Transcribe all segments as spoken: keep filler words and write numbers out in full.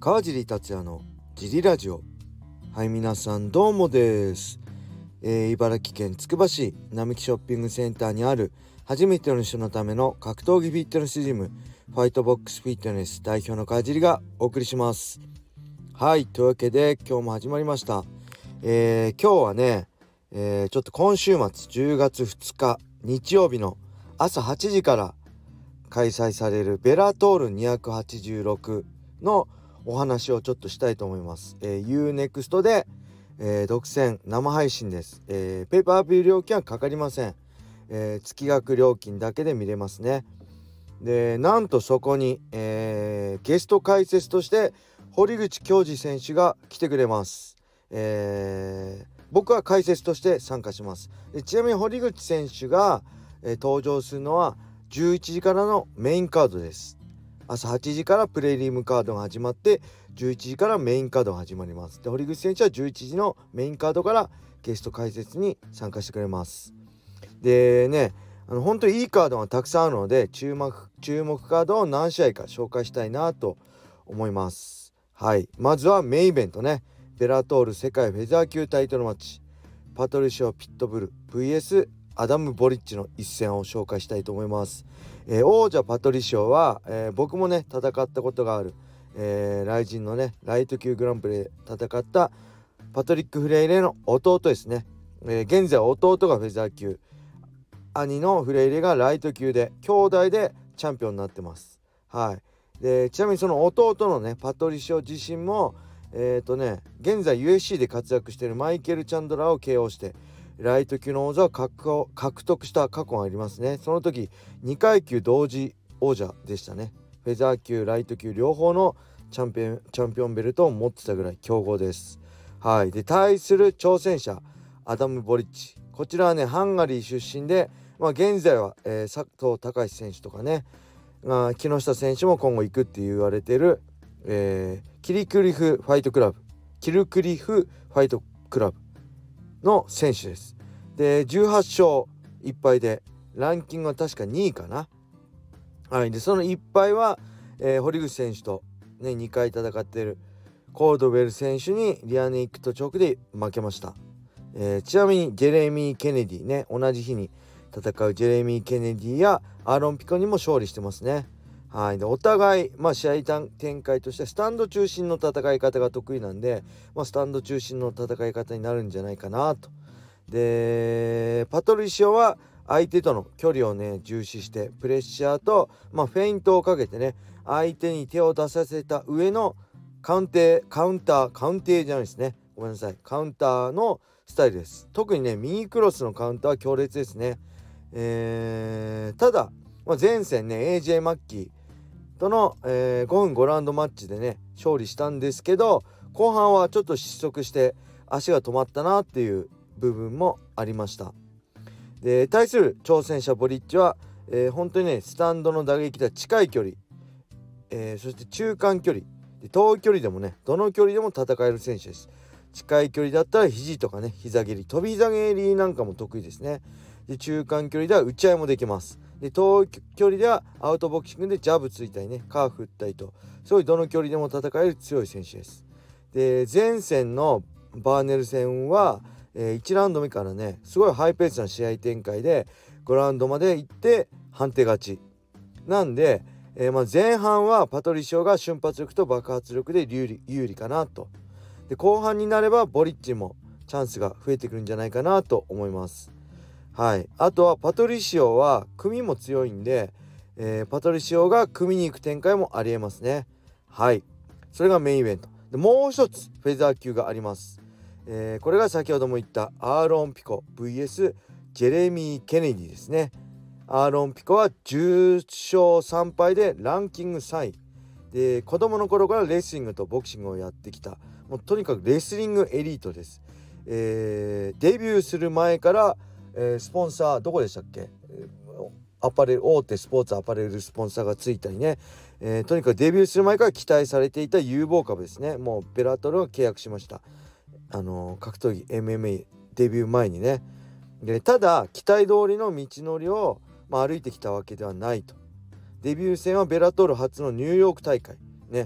川尻達也のジリラジオ。はい、皆さんどうもです、えー、茨城県つくば市並木ショッピングセンターにある初めての人のための格闘技フィットネスジム、ファイトボックスフィットネス代表の川尻がお送りします。はい、というわけで今日も始まりました。えー、今日はね、えー、ちょっと今週末じゅうがつふつか日曜日の朝はちじから開催されるベラトールにひゃくはちじゅうろくのお話をちょっとしたいと思います。えー、ユーネクスト で、えー、独占生配信です。えー、ペーパービュー料金はかかりません。えー、月額料金だけで見れますね。で、なんとそこに、えー、ゲスト解説として堀口恭司選手が来てくれます。えー、僕は解説として参加します。でちなみに堀口選手が、えー、登場するのはじゅういちじからのメインカードです。朝はちじからプレリームカードが始まってじゅういちじからメインカードが始まります。で、堀口選手はじゅういちじのメインカードからゲスト解説に参加してくれます。でね、あの本当にいいカードがたくさんあるので注目注目カードを何試合か紹介したいなと思います。はい、まずはメインイベントね、ベラトール世界フェザー級タイトルマッチ、パトリシオ・ピットブル ブイエス アダム・ボリッチの一戦を紹介したいと思います。えー、王者パトリシオは、えー、僕もね戦ったことがある、えー、ライジンのねライト級グランプリで戦ったパトリック・フレイレの弟ですね。えー、現在弟がフェザー級、兄のフレイレがライト級で兄弟でチャンピオンになってます。はい。でちなみにその弟のねパトリシオ自身もえーとね現在 ユーエフシー で活躍しているマイケル・チャンドラーを ケーオー してライト級の王座を獲得した過去がありますね。その時にかい級同時王者でしたね。フェザー級ライト級両方のチャンピオンチャンピオンベルトを持ってたぐらい強豪です。はい。で対する挑戦者アダム・ボリッチ、こちらはねハンガリー出身で、まあ、現在は、えー、佐藤隆選手とかね、まあ、木下選手も今後行くって言われてる、えー、キリクリフファイトクラブキルクリフファイトクラブの選手です。でじゅうはちしょういっぱいでランキングは確かにいかな。はい。でそのいっぱいは、えー、堀口選手と、ね、にかい戦っているコールドウェル選手にリアネイクとチョークで負けました。えー、ちなみにジェレミー・ケネディね、同じ日に戦うジェレミー・ケネディやアーロン・ピコにも勝利してますね。はい。でお互い、まあ、試合展開としてスタンド中心の戦い方が得意なんで、まあ、スタンド中心の戦い方になるんじゃないかなと。でパトリシオは相手との距離をね重視してプレッシャーと、まあ、フェイントをかけてね相手に手を出させた上のカウンテーカウンターカウンテーじゃないですね、ごめんなさい、カウンターのスタイルです。特にね右クロスのカウンターは強烈ですね。えー、ただ、まあ、前戦ね エージェー マッキーとの、えー、ごふんごラウンドマッチでね勝利したんですけど、後半はちょっと失速して足が止まったなっていう部分もありました。で対する挑戦者ボリッチは、えー、本当にねスタンドの打撃では近い距離、えー、そして中間距離で遠い距離でもねどの距離でも戦える選手です。近い距離だったら肘とかね膝蹴り、飛び膝蹴りなんかも得意ですね。で中間距離では打ち合いもできます。で遠い距離ではアウトボクシングでジャブついたりねカーフ打ったりと、そういうどの距離でも戦える強い選手です。で前戦のバーネル戦はえー、いちラウンド目からねすごいハイペースな試合展開でごラウンドまで行って判定勝ちなんで、えー、まあ前半はパトリシオが瞬発力と爆発力で有利、有利かなと。で後半になればボリッチもチャンスが増えてくるんじゃないかなと思います。はい。あとはパトリシオは組も強いんで、えー、パトリシオが組に行く展開もありえますね。はい。それがメインイベントで、もう一つフェザー級があります。えー、これが先ほども言ったアーロン・ピコ ブイエス ジェレミー・ケネディですね。アーロン・ピコはじゅうしょうさんぱいでランキングさんいで、子供の頃からレスリングとボクシングをやってきた、もうとにかくレスリングエリートです。えー、デビューする前から、えー、スポンサーどこでしたっけ、アパレル大手スポーツアパレルスポンサーがついたりね、えー、とにかくデビューする前から期待されていた有望株ですね。もうベラトルが契約しました。あの格闘技 エムエムエー デビュー前にね。でただ期待通りの道のりを、まあ、歩いてきたわけではないと。デビュー戦はベラトール初のニューヨーク大会ね、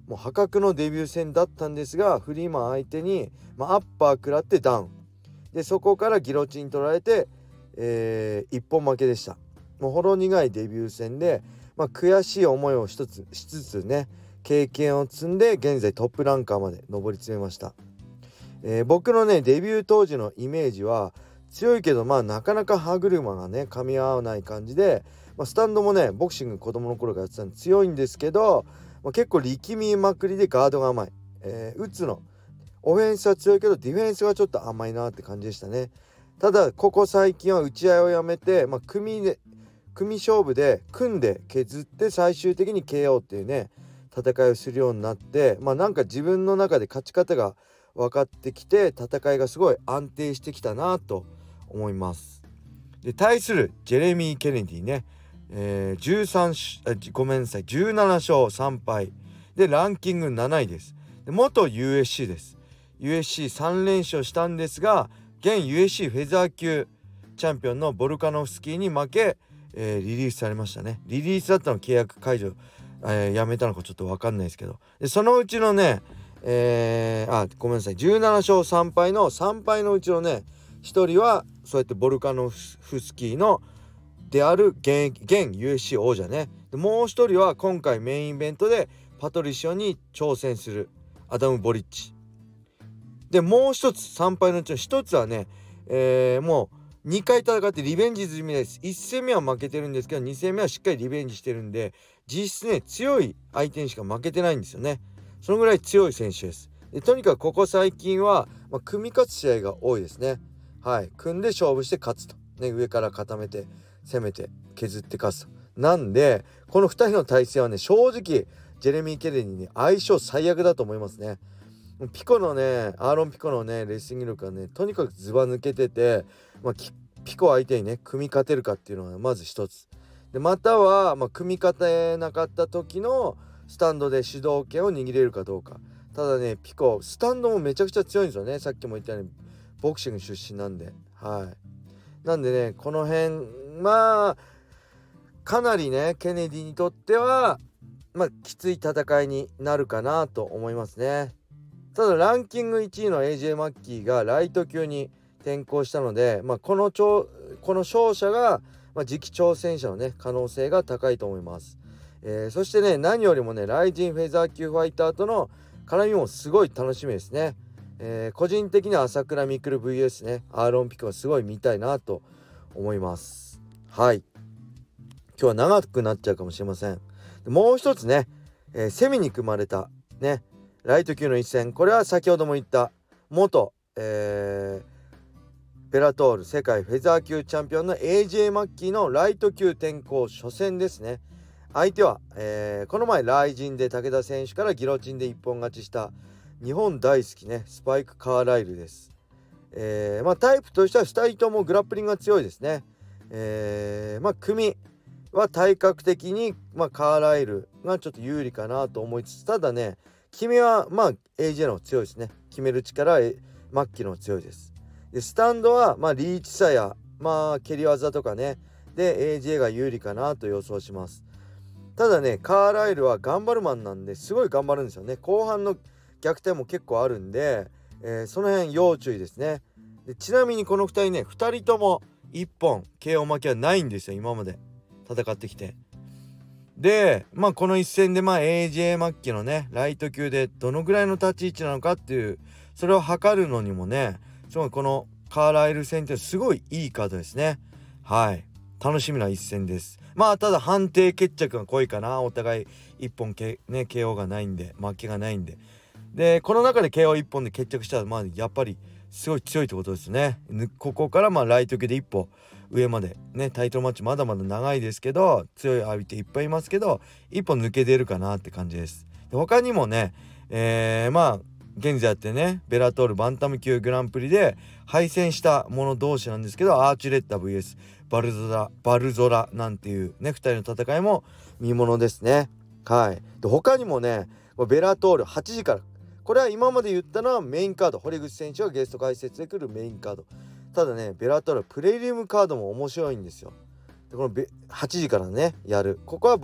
もう破格のデビュー戦だったんですが、フリーマン相手に、まあ、アッパー食らってダウンで、そこからギロチン取られて、えー、一本負けでした。もうほろ苦いデビュー戦で、まあ、悔しい思いを一つしつつね、経験を積んで現在トップランカーまで上り詰めました。えー、僕のねデビュー当時のイメージは、強いけどまあなかなか歯車がね噛み合わない感じで、まあ、スタンドもねボクシング子供の頃からやってたんで強いんですけど、まあ、結構力みまくりでガードが甘い、えー、打つのオフェンスは強いけどディフェンスがちょっと甘いなって感じでしたね。ただここ最近は打ち合いをやめて、まあ、組で組勝負で組んで削って最終的に ケーオー っていうね戦いをするようになって、まあなんか自分の中で勝ち方が分かってきて、戦いがすごい安定してきたなと思います。で対するジェレミー・ケネディね、えー、じゅうさんあごめんなさいじゅうななしょうさんぱいでランキングなないです。で元 ユーエフシー です。 ユーエフシーさん 連勝したんですが、現 ユーエフシー フェザー級チャンピオンのボルカノフスキーに負け、えー、リリースされましたね。リリースだったの契約解除、えー、やめたのかちょっと分かんないですけど、でそのうちのねえー、あごめんなさいじゅうななしょうさんぱいのさんぱいのうちのねひとりはそうやってボルカノフスキーのである現, 現 ユーエフシー 王者ね。でもう一人は今回メインイベントでパトリシオに挑戦するアダム・ボリッチで、もう一つさんぱいのうちの一つはね、えー、もうにかい戦ってリベンジ済みです。いち戦目は負けてるんですけどに戦目はしっかりリベンジしてるんで、実質ね強い相手にしか負けてないんですよね。そのぐらい強い選手です。でとにかくここ最近は、まあ、組み勝つ試合が多いですね。はい、組んで勝負して勝つと、ね、上から固めて攻めて削って勝つと。なんでこのふたりの対戦はね正直ジェレミー・ケネディに相性最悪だと思いますね。ピコのねアーロン・ピコのねレスリング力がねとにかくずば抜けてて、まあ、ピコ相手にね組み勝てるかっていうのがまず一つで、または、まあ、組み勝てなかった時のスタンドで主導権を握れるかどうか。ただねピコスタンドもめちゃくちゃ強いんですよね。さっきも言ったようにボクシング出身なんで、はいなんでねこの辺まあかなりねケネディにとってはまあきつい戦いになるかなと思いますね。ただランキングいちいの エージェー マッキーがライト級に転向したので、まあ、このこの勝者が、まあ、次期挑戦者のね可能性が高いと思います。えー、そしてね何よりもねライジンフェザー級ファイターとの絡みもすごい楽しみですね。えー、個人的には朝倉未来 ブイエス ねアーロンピコはすごい見たいなと思います。はい今日は長くなっちゃうかもしれません。もう一つね、えー、セミに組まれたねライト級の一戦、これは先ほども言った元、えー、ベラトール世界フェザー級チャンピオンの エージェー マッキーのライト級転向初戦ですね。相手は、えー、この前ライジンで武田選手からギロチンで一本勝ちした日本大好きねスパイク・カーライルです。えーまあ、タイプとしてはふたりともグラップリングが強いですね。えー、まあ組は体格的に、まあ、カーライルがちょっと有利かなと思いつつ、ただね決めはまあ エージェー の方が強いですね。決める力はマッキーの方が強いです。でスタンドはまあリーチさやまあ蹴り技とかねで エージェー が有利かなと予想します。ただねカーライルは頑張るマンなんですごい頑張るんですよね。後半の逆転も結構あるんで、えー、その辺要注意ですね。でちなみにこのふたりねふたりともいっぽん ケーオー 負けはないんですよ今まで戦ってきて。でまあこの一戦でまあ エージェー マッキーのねライト級でどのぐらいの立ち位置なのかっていうそれを測るのにもねすごいこのカーライル戦ってすごいいいカードですね。はい楽しみな一戦です。まあただ判定決着が濃いかな。お互いいっぽん、K ね、ケーオー がないんで負けがないんで、でこの中で ケーオーいっぽんで決着したらまあやっぱりすごい強いってことですね。ここからまあライト級で一歩上までねタイトルマッチまだまだ長いですけど強い相手いっぱいいますけど一歩抜け出るかなって感じです。で他にもね、えー、まあ現在やってねベラトールバンタム級グランプリで敗戦した者同士なんですけど、アーチュレッタ ブイエス バルゾラバルゾラなんていうねふたりの戦いも見ものですね。はいで他にもねベラトールはちじから、これは今まで言ったのはメインカード、堀口選手がゲスト解説で来るメインカード。ただねベラトールプレミアムカードも面白いんですよ。でこのはちじからねやる、ここは僕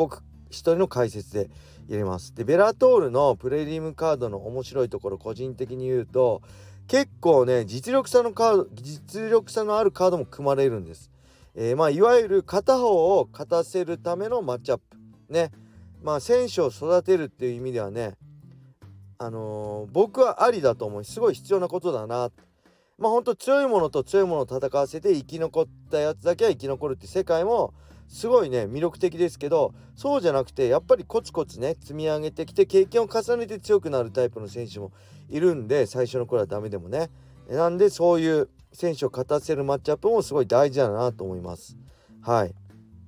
一人の解説で入れます。でベラトールのプレリムカードの面白いところ、個人的に言うと結構ね実力差のカード実力差のあるカードも組まれるんです。えー、まあいわゆる片方を勝たせるためのマッチアップね。まあ選手を育てるっていう意味ではね、あのー、僕はありだと思う。すごい必要なことだな。まあほんと強いものと強いものを戦わせて生き残ったやつだけは生き残るって世界もすごいね魅力的ですけど、そうじゃなくてやっぱりコツコツね積み上げてきて経験を重ねて強くなるタイプの選手もいるんで、最初の頃はダメでもね。なんでそういう選手を勝たせるマッチアップもすごい大事だなと思います。はい。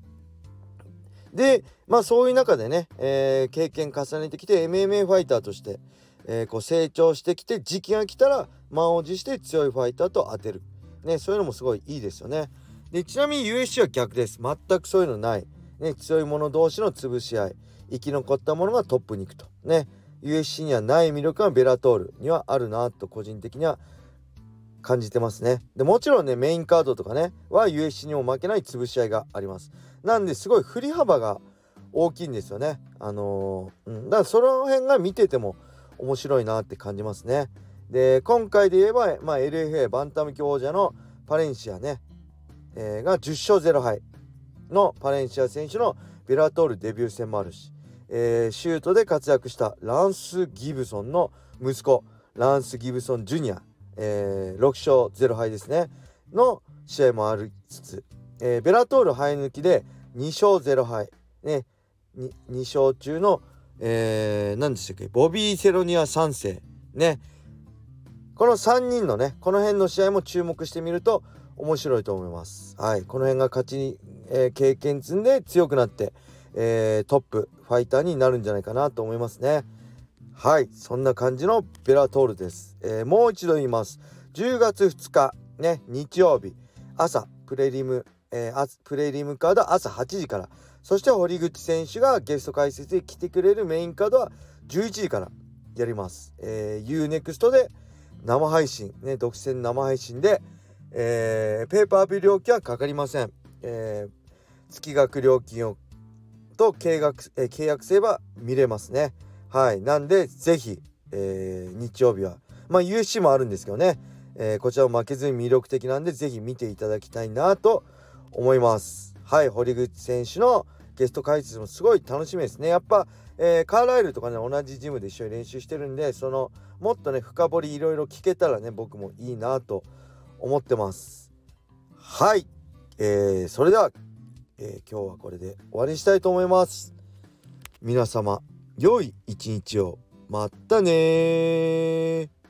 でまあそういう中でね、えー、経験重ねてきて エムエムエー ファイターとして、えー、こう成長してきて時期が来たら満を持して強いファイターと当てるね、そういうのもすごいいいですよね。でちなみに ユーエフシー は逆です。全くそういうのない、ね、強い者同士の潰し合い、生き残った者がトップに行くとね。 ユーエフシー にはない魅力がベラトールにはあるなと個人的には感じてますね。でもちろんねメインカードとかねは ユーエフシー にも負けない潰し合いがあります。なんですごい振り幅が大きいんですよね。あのー、うん、だからその辺が見てても面白いなって感じますね。で今回で言えば、まあ、エルエフエー バンタム級王者のパレンシアね、えー、がじゅっしょうゼロはいのパレンシア選手のベラトールデビュー戦もあるし、えー、シュートで活躍したランス・ギブソンの息子ランス・ギブソンジュニア、えー、ろくしょうゼロはいですねの試合もありつつ、えー、ベラトール生え抜きでにしょうゼロはいね、にに勝中の、えー、何でしたっけ、ボビー・セロニアさんせいね、このさんにんのねこの辺の試合も注目してみると面白いと思います。はい、この辺が勝ちに、えー、経験積んで強くなって、えー、トップファイターになるんじゃないかなと思いますね。はい、そんな感じのベラトールです。えー、もう一度言います。じゅうがつふつかね日曜日朝プレリム、えー、プレリムカード朝はちじから、そして堀口選手がゲスト解説で来てくれるメインカードはじゅういちじからやります。えー、ユーネクスト で生配信ね、独占生配信で、えー、ペーパービュー料金はかかりません。えー、月額料金をと契約、えー、契約すれば見れますね。はい、なんでぜひ、えー、日曜日はまあ ユーエフシー もあるんですけどね、えー、こちらも負けずに魅力的なんでぜひ見ていただきたいなと思います。はい、堀口選手のゲスト解説もすごい楽しみですね。やっぱ、えー、カーライルとかね同じジムで一緒に練習してるんで、そのもっとね深掘りいろいろ聞けたらね僕もいいなと思ってます。はい、えー、それでは、えー、今日はこれで終わりにしたいと思います。皆様良い一日を。またねー。